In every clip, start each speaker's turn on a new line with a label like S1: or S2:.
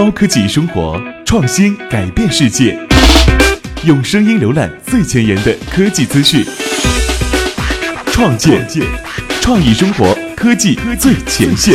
S1: 高科技生活，创新改变世界。用声音浏览最前沿的科技资讯，创建创意生活，科技最前线。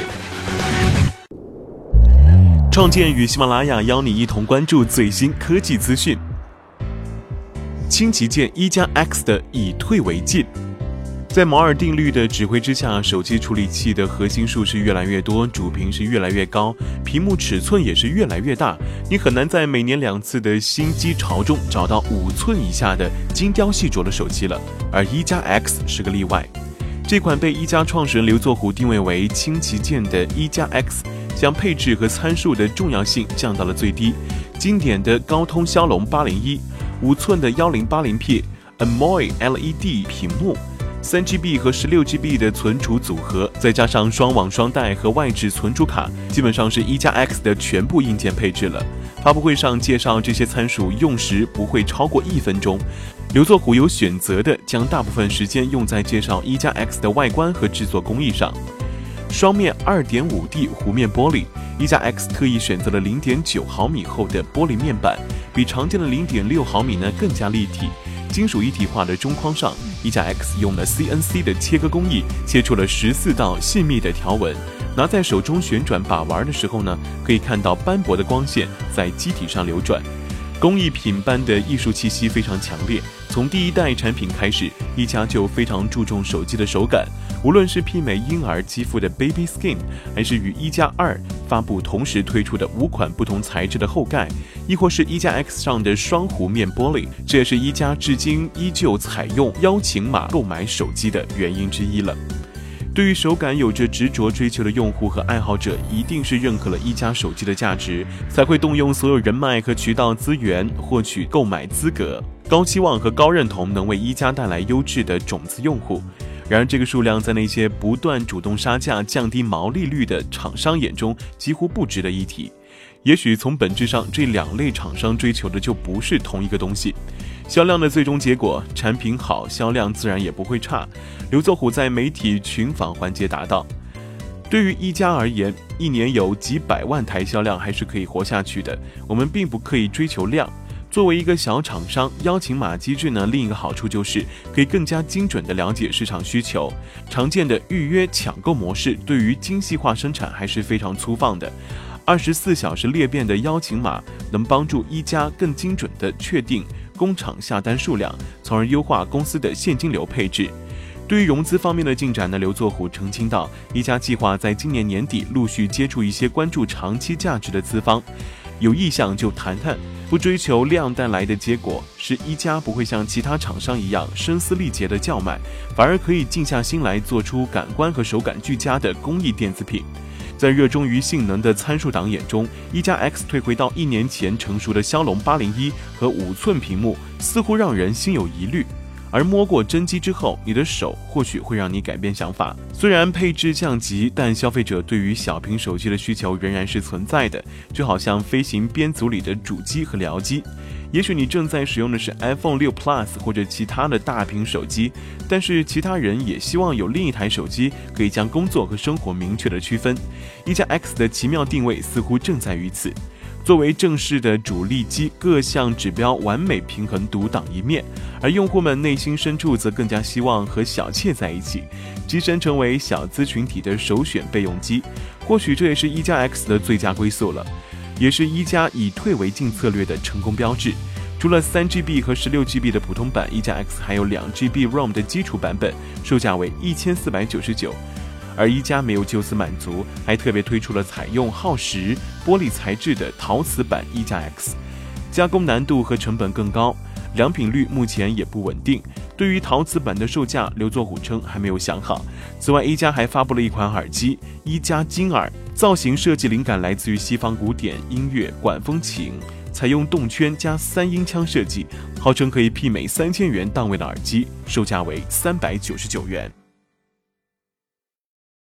S1: 创建与喜马拉雅邀你一同关注最新科技资讯。轻旗舰1+X 的以退为进。在摩尔定律的指挥之下，手机处理器的核心数是越来越多，主屏是越来越高，屏幕尺寸也是越来越大。你很难在每年2次的新机潮中找到5寸以下的精雕细琢的手机了，而1+X 是个例外。这款被一加创始人刘作虎定位为轻旗舰的1+X，将配置和参数的重要性降到了最低。经典的高通骁龙801、5寸的 1080p AMOLED LED 屏幕。3GB 和16GB 的存储组合，再加上双网双待和外置存储卡，基本上是1+X 的全部硬件配置了。发布会上介绍这些参数，用时不会超过1分钟。刘作虎有选择的将大部分时间用在介绍1+X 的外观和制作工艺上。双面 2.5D 弧面玻璃，1+X 特意选择了 0.9 毫米厚的玻璃面板，比常见的 0.6 毫米更加立体。金属一体化的中框上，1+X 用了 CNC 的切割工艺，切出了14道细密的条纹。拿在手中旋转把玩的时候可以看到斑驳的光线在机体上流转。工艺品般的艺术气息非常强烈。从第一代产品开始，一加就非常注重手机的手感，无论是媲美婴儿肌肤的 Baby Skin， 还是与1+2发布同时推出的5款不同材质的后盖，亦或是1+X 上的双弧面玻璃，这也是一加至今依旧采用邀请码购买手机的原因之一了。对于手感有着执着追求的用户和爱好者，一定是认可了一加手机的价值，才会动用所有人脉和渠道资源获取购买资格。高期望和高认同能为一加带来优质的种子用户。然而这个数量在那些不断主动杀价降低毛利率的厂商眼中几乎不值得一提。也许从本质上，这2类厂商追求的就不是同一个东西。销量的最终结果，产品好，销量自然也不会差。刘作虎在媒体群访环节答道：对于一加而言，1年有几百万台销量还是可以活下去的，我们并不刻意追求量。作为一个小厂商，邀请码机制另一个好处就是可以更加精准地了解市场需求。常见的预约抢购模式对于精细化生产还是非常粗放的。24小时裂变的邀请码能帮助一加更精准地确定工厂下单数量，从而优化公司的现金流配置。对于融资方面的进展刘作虎澄清道，一加计划在今年年底陆续接触一些关注长期价值的资方，有意向就谈谈，不追求量带来的结果是一加不会像其他厂商一样声嘶力竭的叫卖，反而可以静下心来做出感官和手感俱佳的工艺电子品。在热衷于性能的参数党眼中，1+X 退回到1年前成熟的骁龙801和5寸屏幕，似乎让人心有疑虑。而摸过真机之后，你的手或许会让你改变想法。虽然配置降级，但消费者对于小屏手机的需求仍然是存在的，就好像飞行编组里的主机和僚机。也许你正在使用的是 iPhone 6 Plus 或者其他的大屏手机，但是其他人也希望有另一台手机可以将工作和生活明确的区分。1+X 的奇妙定位似乎正在于此。作为正式的主力机，各项指标完美平衡独当一面，而用户们内心深处则更加希望和小妾在一起，跻身成为小资群体的首选备用机。或许这也是1+X 的最佳归宿了，也是一加以退为进策略的成功标志。除了 3GB 和 16GB 的普通版，1+X 还有 2GB ROM 的基础版本，售价为1499。而一加没有就此满足，还特别推出了采用耗时玻璃材质的陶瓷版1+X， 加工难度和成本更高，良品率目前也不稳定。对于陶瓷版的售价，刘作虎称还没有想好。此外，一加还发布了一款耳机一加金耳，造型设计灵感来自于西方古典音乐管风琴，采用动圈加3音腔设计，号称可以媲美3000元档位的耳机，售价为399元。